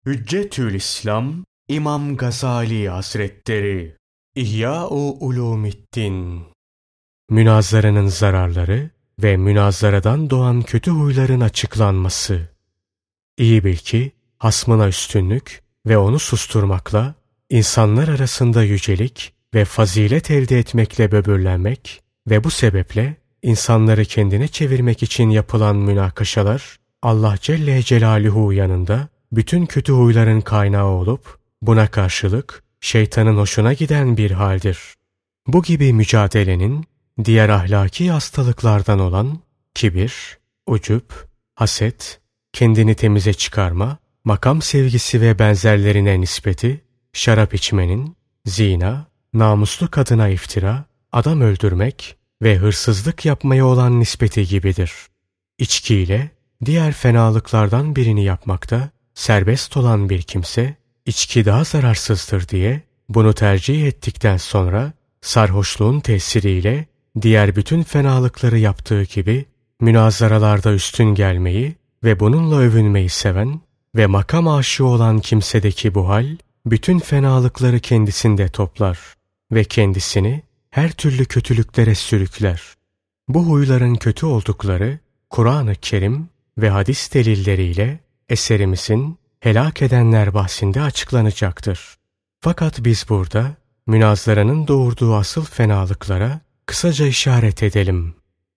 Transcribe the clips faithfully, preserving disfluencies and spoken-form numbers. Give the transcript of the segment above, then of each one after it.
Hüccetül İslam İmam Gazali Hazretleri İhya-u Ulumiddin. Münazaranın zararları ve münazaradan doğan kötü huyların açıklanması. İyi bil ki hasmına üstünlük ve onu susturmakla, insanlar arasında yücelik ve fazilet elde etmekle böbürlenmek ve bu sebeple insanları kendine çevirmek için yapılan münakaşalar, Allah Celle Celaluhu yanında bütün kötü huyların kaynağı olup, buna karşılık şeytanın hoşuna giden bir haldir. Bu gibi mücadelenin diğer ahlaki hastalıklardan olan kibir, ucup, haset, kendini temize çıkarma, makam sevgisi ve benzerlerine nispeti, şarap içmenin, zina, namuslu kadına iftira, adam öldürmek ve hırsızlık yapmaya olan nispeti gibidir. İçkiyle diğer fenalıklardan birini yapmakta serbest olan bir kimse, içki daha zararsızdır diye bunu tercih ettikten sonra sarhoşluğun tesiriyle diğer bütün fenalıkları yaptığı gibi münazaralarda üstün gelmeyi ve bununla övünmeyi seven ve makam aşığı olan kimsedeki bu hal bütün fenalıkları kendisinde toplar ve kendisini her türlü kötülüklere sürükler. Bu huyların kötü oldukları Kur'an-ı Kerim ve hadis delilleriyle eserimizin helak edenler bahsinde açıklanacaktır. Fakat biz burada münazaranın doğurduğu asıl fenalıklara kısaca işaret edelim.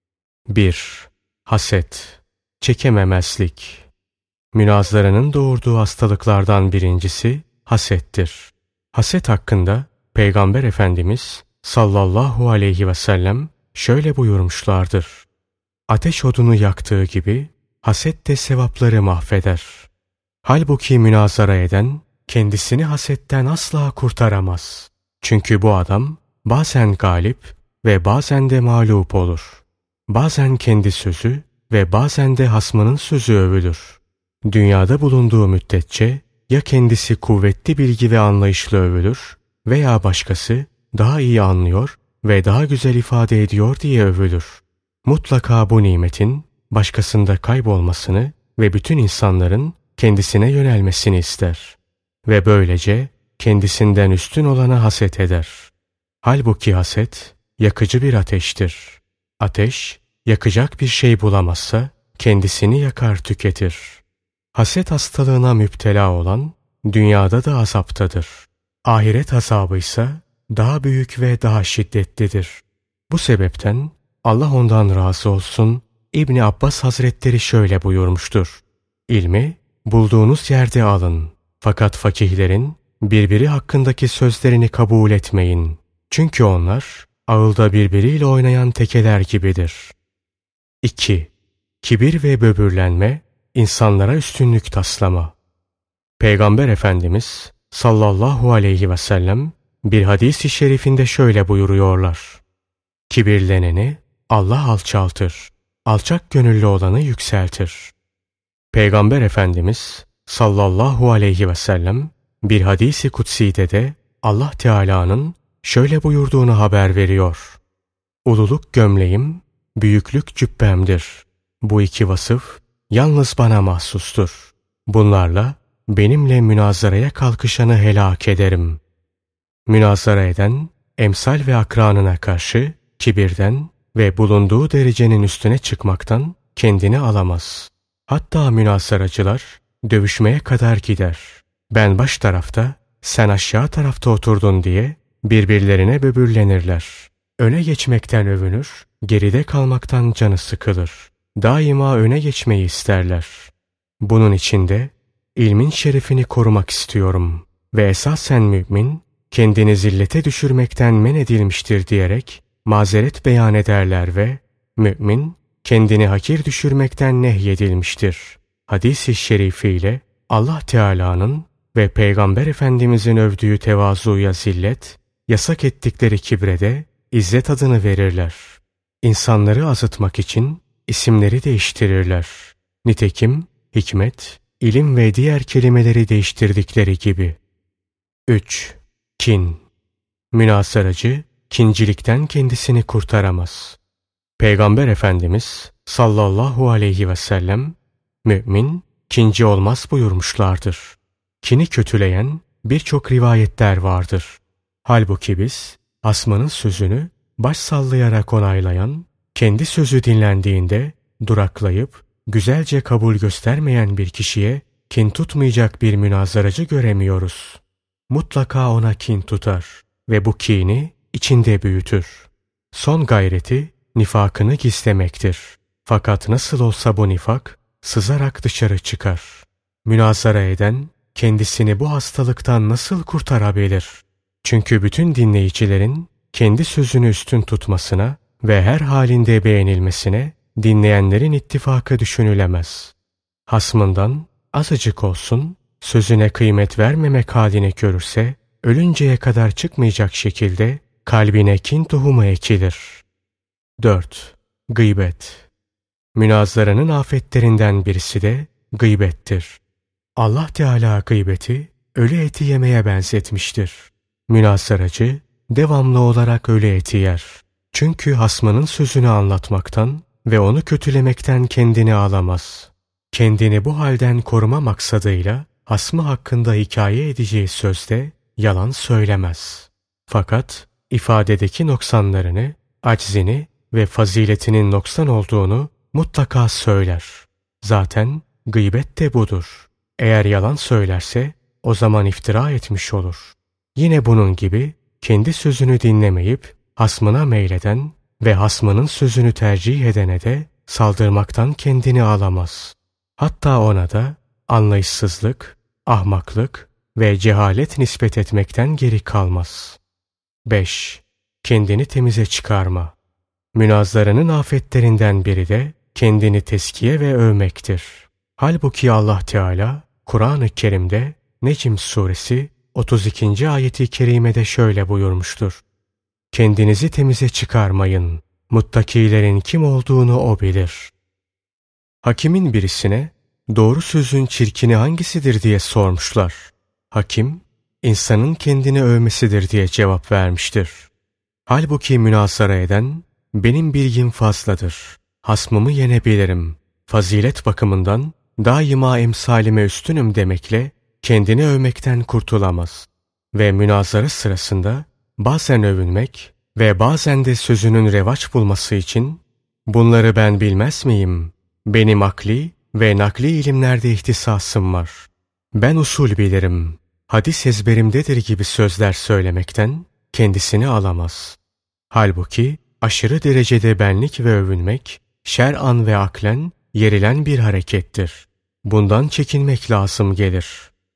bir. Haset, çekememezlik. Münazaranın doğurduğu hastalıklardan birincisi hasettir. Haset hakkında Peygamber Efendimiz sallallahu aleyhi ve sellem şöyle buyurmuşlardır. Ateş odunu yaktığı gibi haset de sevapları mahveder. Halbuki münazara eden kendisini hasetten asla kurtaramaz. Çünkü bu adam bazen galip ve bazen de mağlup olur. Bazen kendi sözü ve bazen de hasmının sözü övülür. Dünyada bulunduğu müddetçe ya kendisi kuvvetli bilgi ve anlayışla övülür veya başkası daha iyi anlıyor ve daha güzel ifade ediyor diye övülür. Mutlaka bu nimetin başkasında kaybolmasını ve bütün insanların kendisine yönelmesini ister. Ve böylece kendisinden üstün olana haset eder. Halbuki haset yakıcı bir ateştir. Ateş yakacak bir şey bulamazsa kendisini yakar tüketir. Haset hastalığına müptela olan dünyada da azaptadır. Ahiret azabı ise daha büyük ve daha şiddetlidir. Bu sebepten Allah ondan razı olsun İbni Abbas Hazretleri şöyle buyurmuştur. İlmi bulduğunuz yerde alın. Fakat fakihlerin birbiri hakkındaki sözlerini kabul etmeyin. Çünkü onlar ağılda birbiriyle oynayan tekeler gibidir. iki. Kibir ve böbürlenme, insanlara üstünlük taslama. Peygamber Efendimiz sallallahu aleyhi ve sellem bir hadis-i şerifinde şöyle buyuruyorlar. Kibirleneni Allah alçaltır, alçak gönüllü olanı yükseltir. Peygamber Efendimiz sallallahu aleyhi ve sellem bir hadis-i kutsi'de de Allah Teala'nın şöyle buyurduğunu haber veriyor. Ululuk gömleğim, büyüklük cübbemdir. Bu iki vasıf yalnız bana mahsustur. Bunlarla benimle münazaraya kalkışanı helak ederim. Münazara eden emsal ve akranına karşı kibirden ve bulunduğu derecenin üstüne çıkmaktan kendini alamaz. Hatta münazaracılar dövüşmeye kadar gider. Ben baş tarafta, sen aşağı tarafta oturdun diye birbirlerine böbürlenirler. Öne geçmekten övünür, geride kalmaktan canı sıkılır. Daima öne geçmeyi isterler. Bunun içinde ilmin şerefini korumak istiyorum ve esasen mümin kendini zillete düşürmekten men edilmiştir diyerek mazeret beyan ederler ve mümin kendini hakir düşürmekten nehyedilmiştir. Hadis-i şerifiyle Allah Teala'nın ve Peygamber Efendimizin övdüğü tevazuya zillet, yasak ettikleri kibre de izzet adını verirler. İnsanları azıtmak için isimleri değiştirirler. Nitekim hikmet, ilim ve diğer kelimeleri değiştirdikleri gibi. üç. Kin. Münasaracı kincilikten kendisini kurtaramaz. Peygamber Efendimiz sallallahu aleyhi ve sellem mümin kinci olmaz buyurmuşlardır. kini kötüleyen birçok rivayetler vardır. Halbuki biz hasmının sözünü baş sallayarak onaylayan, kendi sözü dinlendiğinde duraklayıp güzelce kabul göstermeyen bir kişiye kin tutmayacak bir münazaracı göremiyoruz. Mutlaka ona kin tutar ve bu kini içinde büyütür. Son gayreti nifakını gizlemektir. Fakat nasıl olsa bu nifak sızarak dışarı çıkar. Münazara eden kendisini bu hastalıktan nasıl kurtarabilir? Çünkü bütün dinleyicilerin kendi sözünü üstün tutmasına ve her halinde beğenilmesine dinleyenlerin ittifakı düşünülemez. Hasmından azıcık olsun sözüne kıymet vermemek halini görürse ölünceye kadar çıkmayacak şekilde kalbine kin tohumu ekilir. dört. Gıybet. Münazaranın afetlerinden birisi de gıybettir. Allah Teala gıybeti ölü eti yemeye benzetmiştir. Münazaracı devamlı olarak ölü eti yer. Çünkü hasmının sözünü anlatmaktan ve onu kötülemekten kendini alamaz. Kendini bu halden koruma maksadıyla hasmı hakkında hikaye edeceği sözde yalan söylemez. Fakat ifadedeki noksanlarını, aczini ve faziletinin noksan olduğunu mutlaka söyler. Zaten gıybet de budur. Eğer yalan söylerse o zaman iftira etmiş olur. Yine bunun gibi kendi sözünü dinlemeyip hasmına meyleden ve hasmının sözünü tercih edene de saldırmaktan kendini alamaz. Hatta ona da anlayışsızlık, ahmaklık ve cehalet nispet etmekten geri kalmaz. beş. Kendini temize çıkarma. Münazaranın afetlerinden biri de kendini teskiye ve övmektir. Halbuki Allah Teala Kur'an-ı Kerim'de Necm suresi otuz ikinci ayeti kerimede şöyle buyurmuştur. Kendinizi temize çıkarmayın. Muttakilerin kim olduğunu o bilir. Hakimin birisine doğru sözün çirkini hangisidir diye sormuşlar. Hakim, insanın kendini övmesidir diye cevap vermiştir. Halbuki münazara eden, benim bilgim fazladır, hasmımı yenebilirim, fazilet bakımından daima emsalime üstünüm demekle kendini övmekten kurtulamaz. Ve münazara sırasında bazen övünmek ve bazen de sözünün revaç bulması için bunları ben bilmez miyim? Benim akli ve nakli ilimlerde ihtisasım var. Ben usul bilirim, hadis ezberimdedir gibi sözler söylemekten kendisini alamaz. Halbuki aşırı derecede benlik ve övünmek şer'an ve aklen yerilen bir harekettir. Bundan çekinmek lazım gelir.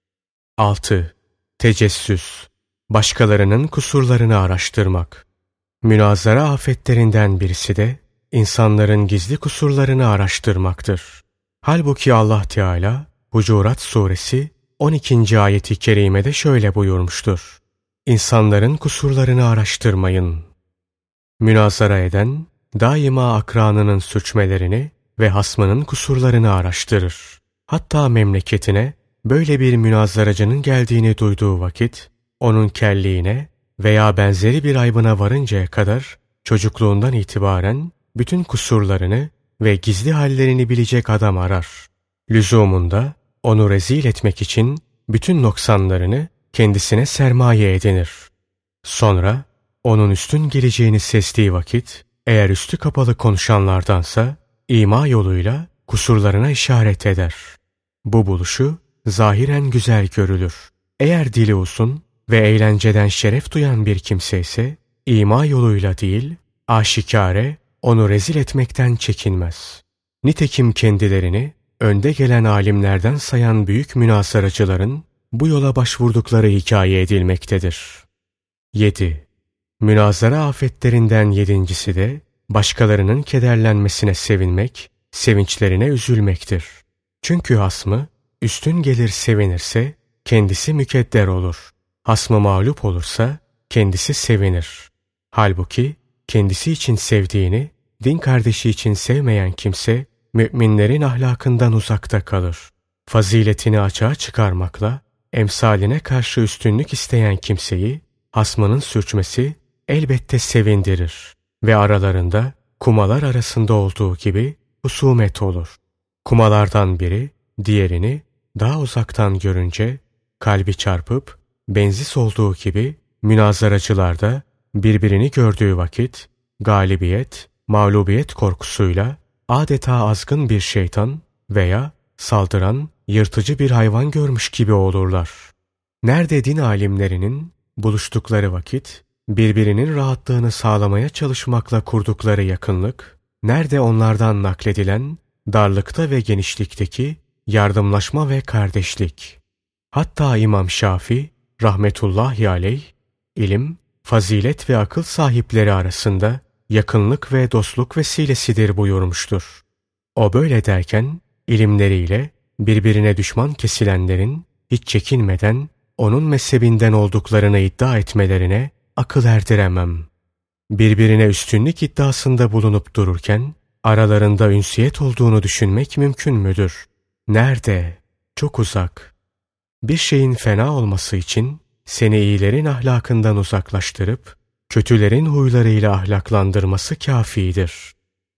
altı. Tecessüs. Başkalarının kusurlarını araştırmak. Münazara afetlerinden birisi de insanların gizli kusurlarını araştırmaktır. Halbuki Allah Teala Hucurat suresi on ikinci ayeti kerimede şöyle buyurmuştur. İnsanların kusurlarını araştırmayın. Münazara eden daima akranının sürçmelerini ve hasmının kusurlarını araştırır. Hatta memleketine böyle bir münazaracının geldiğini duyduğu vakit onun kelliğine veya benzeri bir aybına varıncaya kadar çocukluğundan itibaren bütün kusurlarını ve gizli hallerini bilecek adam arar. Lüzumunda onu rezil etmek için bütün noksanlarını kendisine sermaye edinir. Sonra onun üstün geleceğini sezdiği vakit eğer üstü kapalı konuşanlardansa ima yoluyla kusurlarına işaret eder. Bu buluşu zahiren güzel görülür. Eğer dili uzun ve eğlenceden şeref duyan bir kimse ise ima yoluyla değil, aşikare onu rezil etmekten çekinmez. Nitekim kendilerini önde gelen alimlerden sayan büyük münazaracıların bu yola başvurdukları hikaye edilmektedir. yedi. Münazara afetlerinden yedincisi de başkalarının kederlenmesine sevinmek, sevinçlerine üzülmektir. Çünkü hasmı üstün gelir sevinirse kendisi mükedder olur. Hasmı mağlup olursa kendisi sevinir. Halbuki kendisi için sevdiğini din kardeşi için sevmeyen kimse müminlerin ahlakından uzakta kalır. Faziletini açığa çıkarmakla emsaline karşı üstünlük isteyen kimseyi hasmının sürçmesi elbette sevindirir ve aralarında kumalar arasında olduğu gibi husumet olur. Kumalardan biri diğerini daha uzaktan görünce kalbi çarpıp benzi solduğu gibi münazaracılar da birbirini gördüğü vakit galibiyet, mağlubiyet korkusuyla adeta azgın bir şeytan veya saldıran yırtıcı bir hayvan görmüş gibi olurlar. Nerede din alimlerinin buluştukları vakit birbirinin rahatlığını sağlamaya çalışmakla kurdukları yakınlık, nerede onlardan nakledilen darlıkta ve genişlikteki yardımlaşma ve kardeşlik. Hatta İmam Şafii rahmetullahi aleyh, ilim, fazilet ve akıl sahipleri arasında yakınlık ve dostluk vesilesidir buyurmuştur. O böyle derken ilimleriyle birbirine düşman kesilenlerin hiç çekinmeden onun mezhebinden olduklarını iddia etmelerine akıl erdiremem. Birbirine üstünlük iddiasında bulunup dururken aralarında ünsiyet olduğunu düşünmek mümkün müdür? Nerede? Çok uzak. Bir şeyin fena olması için seni iyilerin ahlakından uzaklaştırıp kötülerin huylarıyla ahlaklandırması kâfidir.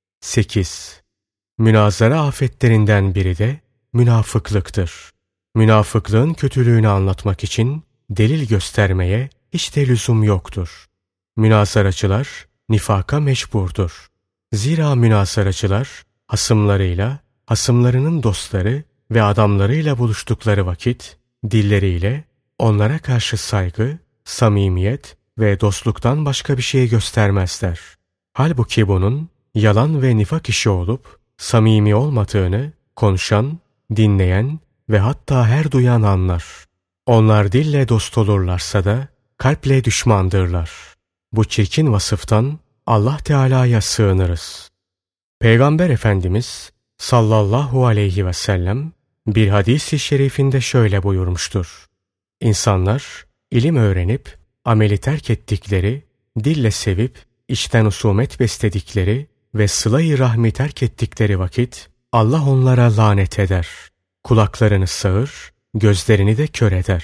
sekiz. Münazara afetlerinden biri de münafıklıktır. Münafıklığın kötülüğünü anlatmak için delil göstermeye hiç de lüzum yoktur. Münazaracılar nifaka mecburdur. Zira münazaracılar hasımlarıyla, hasımlarının dostları ve adamlarıyla buluştukları vakit dilleriyle onlara karşı saygı, samimiyet ve dostluktan başka bir şey göstermezler. Halbuki bunun yalan ve nifak işi olup samimi olmadığını konuşan, dinleyen ve hatta her duyan anlar. Onlar dille dost olurlarsa da kalple düşmandırlar. Bu çirkin vasıftan Allah Teala'ya sığınırız. Peygamber Efendimiz sallallahu aleyhi ve sellem bir hadis-i şerifinde şöyle buyurmuştur. İnsanlar ilim öğrenip ameli terk ettikleri, dille sevip içten husumet besledikleri ve sıla-i rahmi terk ettikleri vakit Allah onlara lanet eder. Kulaklarını sağır, gözlerini de kör eder.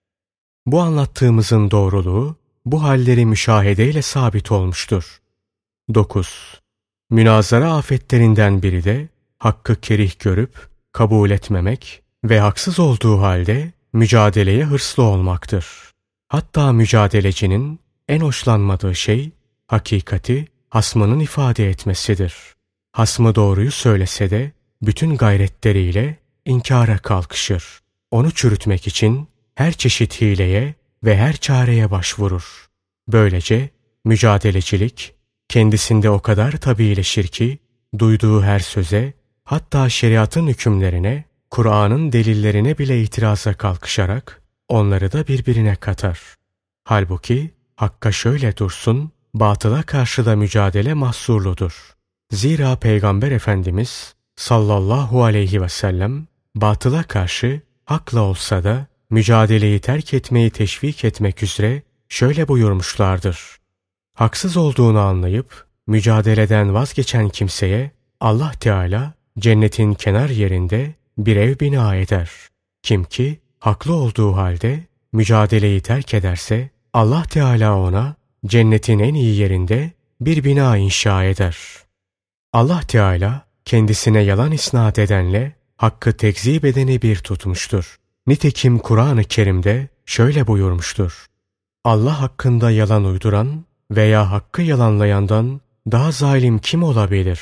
Bu anlattığımızın doğruluğu bu halleri müşahedeyle sabit olmuştur. dokuz. Münazara afetlerinden biri de hakkı kerih görüp kabul etmemek ve haksız olduğu halde mücadeleye hırslı olmaktır. Hatta mücadelecinin en hoşlanmadığı şey hakikati hasmının ifade etmesidir. Hasmı doğruyu söylese de bütün gayretleriyle inkara kalkışır. Onu çürütmek için her çeşit hileye ve her çareye başvurur. Böylece mücadelecilik kendisinde o kadar tabiileşir ki duyduğu her söze, hatta şeriatın hükümlerine, Kur'an'ın delillerine bile itiraza kalkışarak onları da birbirine katar. Halbuki hakka şöyle dursun, batıla karşı da mücadele mahsurludur. Zira Peygamber Efendimiz sallallahu aleyhi ve sellem batıla karşı hakla olsa da mücadeleyi terk etmeyi teşvik etmek üzere şöyle buyurmuşlardır. Haksız olduğunu anlayıp mücadeleden vazgeçen kimseye Allah Teala cennetin kenar yerinde bir ev bina eder. Kim ki haklı olduğu halde mücadeleyi terk ederse Allah Teala ona cennetin en iyi yerinde bir bina inşa eder. Allah Teala kendisine yalan isnat edenle hakkı tekzip edeni bir tutmuştur. Nitekim Kur'an-ı Kerim'de şöyle buyurmuştur. Allah hakkında yalan uyduran veya hakkı yalanlayandan daha zalim kim olabilir?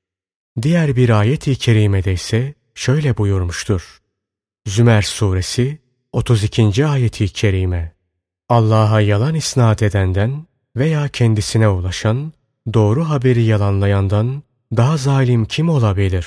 Diğer bir ayet-i kerimede ise şöyle buyurmuştur. Zümer suresi otuz ikinci ayet-i kerime. Allah'a yalan isnat edenden veya kendisine ulaşan doğru haberi yalanlayandan daha zalim kim olabilir?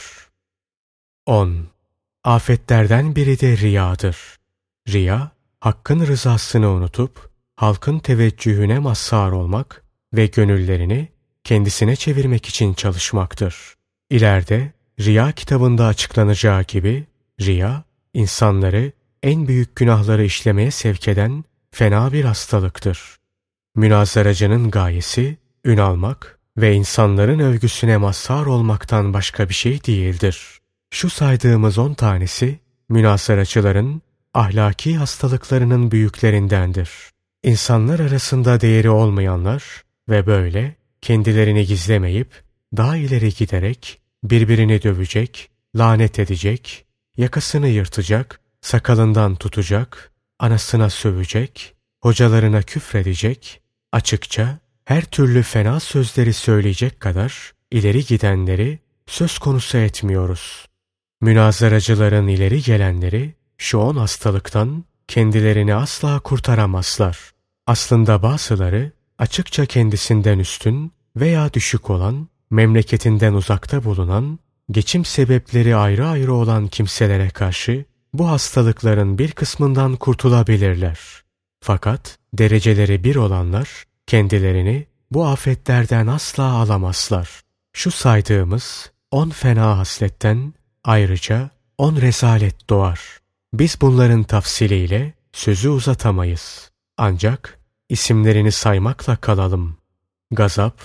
on. Afetlerden biri de riyadır. Riya, hakkın rızasını unutup halkın teveccühüne mazhar olmak ve gönüllerini kendisine çevirmek için çalışmaktır. İleride Riya kitabında açıklanacağı gibi riya, insanları en büyük günahları işlemeye sevk eden fena bir hastalıktır. Münazaracının gayesi ün almak ve insanların övgüsüne mazhar olmaktan başka bir şey değildir. Şu saydığımız on tanesi münazaracıların ahlaki hastalıklarının büyüklerindendir. İnsanlar arasında değeri olmayanlar ve böyle kendilerini gizlemeyip daha ileri giderek birbirini dövecek, lanet edecek, yakasını yırtacak, sakalından tutacak, anasına sövecek, hocalarına küfredecek, açıkça her türlü fena sözleri söyleyecek kadar ileri gidenleri söz konusu etmiyoruz. Münazaracıların ileri gelenleri şu on hastalıktan kendilerini asla kurtaramazlar. Aslında bazıları açıkça kendisinden üstün veya düşük olan, memleketinden uzakta bulunan, geçim sebepleri ayrı ayrı olan kimselere karşı bu hastalıkların bir kısmından kurtulabilirler. Fakat dereceleri bir olanlar kendilerini bu afetlerden asla alamazlar. Şu saydığımız on fena hasletten ayrıca on rezalet doğar. Biz bunların tafsiliyle sözü uzatamayız. Ancak isimlerini saymakla kalalım. Gazap,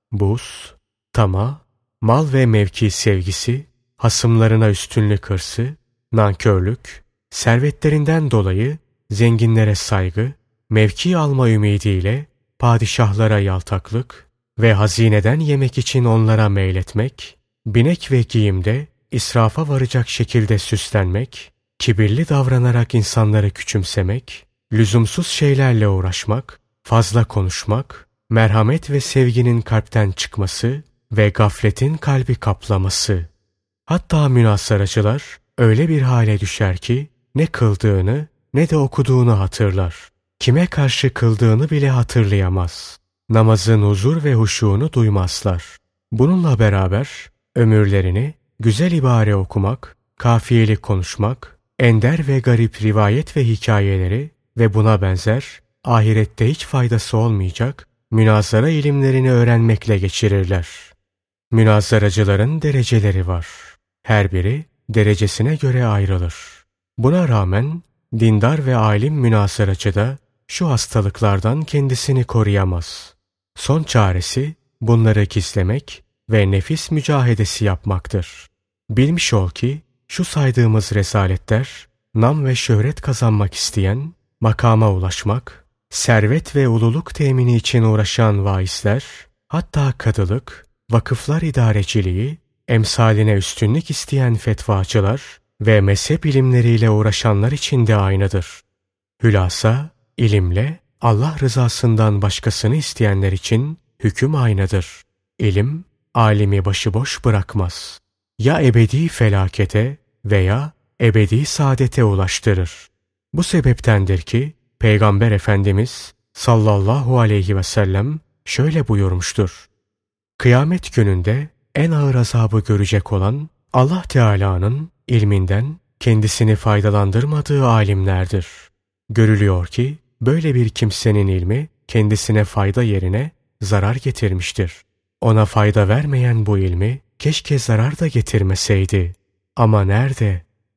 buz, tama, mal ve mevki sevgisi, hasımlarına üstünlük hırsı, nankörlük, servetlerinden dolayı zenginlere saygı, mevki alma ümidiyle padişahlara yaltaklık ve hazineden yemek için onlara meyletmek, binek ve giyimde israfa varacak şekilde süslenmek, kibirli davranarak insanları küçümsemek, lüzumsuz şeylerle uğraşmak, fazla konuşmak, merhamet ve sevginin kalpten çıkması ve gafletin kalbi kaplaması. Hatta münasaracılar öyle bir hale düşer ki ne kıldığını ne de okuduğunu hatırlar. Kime karşı kıldığını bile hatırlayamaz. Namazın huzur ve huşuğunu duymazlar. Bununla beraber ömürlerini güzel ibare okumak, kafiyeli konuşmak, ender ve garip rivayet ve hikayeleri ve buna benzer ahirette hiç faydası olmayacak münazara ilimlerini öğrenmekle geçirirler. Münazaracıların dereceleri var. Her biri derecesine göre ayrılır. Buna rağmen dindar ve alim münazaracı da şu hastalıklardan kendisini koruyamaz. Son çaresi bunları gizlemek ve nefis mücahedesi yapmaktır. Bilmiş ol ki şu saydığımız rezaletler nam ve şöhret kazanmak isteyen, makama ulaşmak, servet ve ululuk temini için uğraşan vaizler, hatta kadılık, vakıflar idareciliği, emsaline üstünlük isteyen fetvacılar ve mezhep ilimleriyle uğraşanlar için de aynıdır. Hülasa, ilimle Allah rızasından başkasını isteyenler için hüküm aynıdır. İlim, alimi başıboş bırakmaz. Ya ebedi felakete veya ebedi saadete ulaştırır. Bu sebeptendir ki Peygamber Efendimiz sallallahu aleyhi ve sellem şöyle buyurmuştur. Kıyamet gününde en ağır azabı görecek olan Allah Teala'nın ilminden kendisini faydalandırmadığı alimlerdir. Görülüyor ki böyle bir kimsenin ilmi kendisine fayda yerine zarar getirmiştir. Ona fayda vermeyen bu ilmi keşke zarar da getirmeseydi. Ama nerede?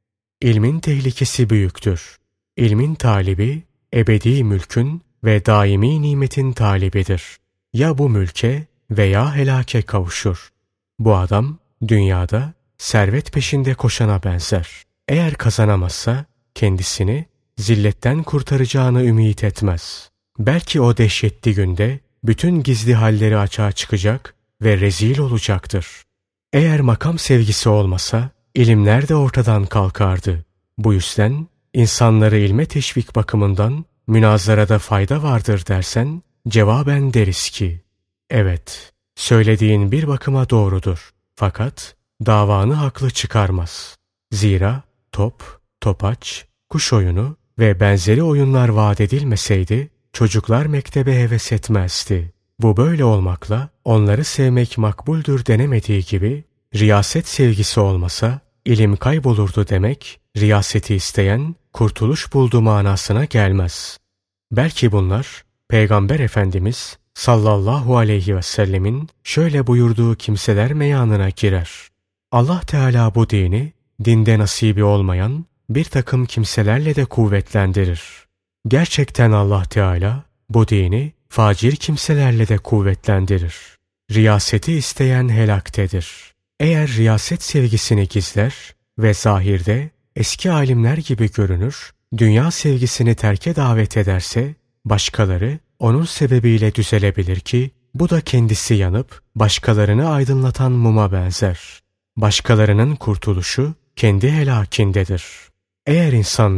İlmin tehlikesi büyüktür. İlmin talibi ebedi mülkün ve daimi nimetin talibidir. Ya bu mülke veya helake kavuşur. Bu adam dünyada servet peşinde koşana benzer. Eğer kazanamazsa kendisini zilletten kurtaracağını ümit etmez. Belki o dehşetli günde bütün gizli halleri açığa çıkacak ve rezil olacaktır. Eğer makam sevgisi olmasa ilimler de ortadan kalkardı. Bu yüzden insanları ilme teşvik bakımından münazarada fayda vardır dersen cevaben deriz ki evet, söylediğin bir bakıma doğrudur. Fakat davanı haklı çıkarmaz. Zira top, topaç, kuş oyunu ve benzeri oyunlar vaat edilmeseydi çocuklar mektebe heves etmezdi. Bu böyle olmakla onları sevmek makbuldür denemediği gibi riyaset sevgisi olmasa ilim kaybolurdu demek riyaseti isteyen kurtuluş buldu manasına gelmez. Belki bunlar Peygamber Efendimiz sallallahu aleyhi ve sellemin şöyle buyurduğu kimseler meyanına girer. Allah Teala bu dini dinde nasibi olmayan bir takım kimselerle de kuvvetlendirir. Gerçekten Allah Teala bu dini facir kimselerle de kuvvetlendirir. Riyaseti isteyen helaktedir. Eğer riyaset sevgisini gizler ve zahirde eski alimler gibi görünür, dünya sevgisini terke davet ederse, başkaları onun sebebiyle düzelebilir ki, bu da kendisi yanıp başkalarını aydınlatan muma benzer. Başkalarının kurtuluşu kendi helakindedir. Eğer insanları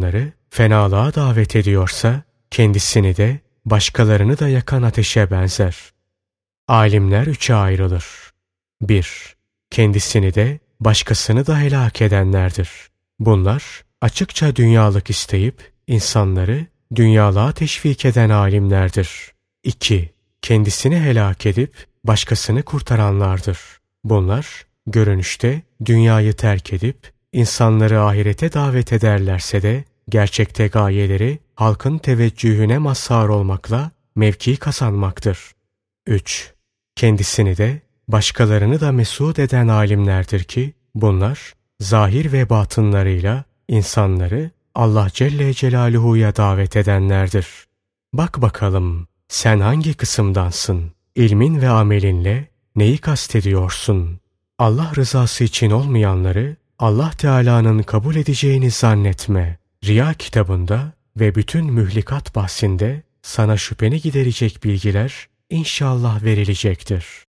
fenalığa davet ediyorsa, kendisini de başkalarını da yakan ateşe benzer. Alimler üçe ayrılır. bir. Kendisini de başkasını da helak edenlerdir. Bunlar açıkça dünyalık isteyip insanları dünyalığa teşvik eden alimlerdir. iki. Kendisini helak edip başkasını kurtaranlardır. Bunlar görünüşte dünyayı terk edip insanları ahirete davet ederlerse de gerçekte gayeleri halkın teveccühüne mazhar olmakla mevki kazanmaktır. üç. Kendisini de başkalarını da mesut eden alimlerdir ki bunlar zahir ve batınlarıyla insanları Allah Celle Celaluhu'ya davet edenlerdir. Bak bakalım sen hangi kısımdansın? İlmin ve amelinle neyi kastediyorsun? Allah rızası için olmayanları Allah Teala'nın kabul edeceğini zannetme. Riya kitabında ve bütün mühlikat bahsinde sana şüpheni giderecek bilgiler inşallah verilecektir.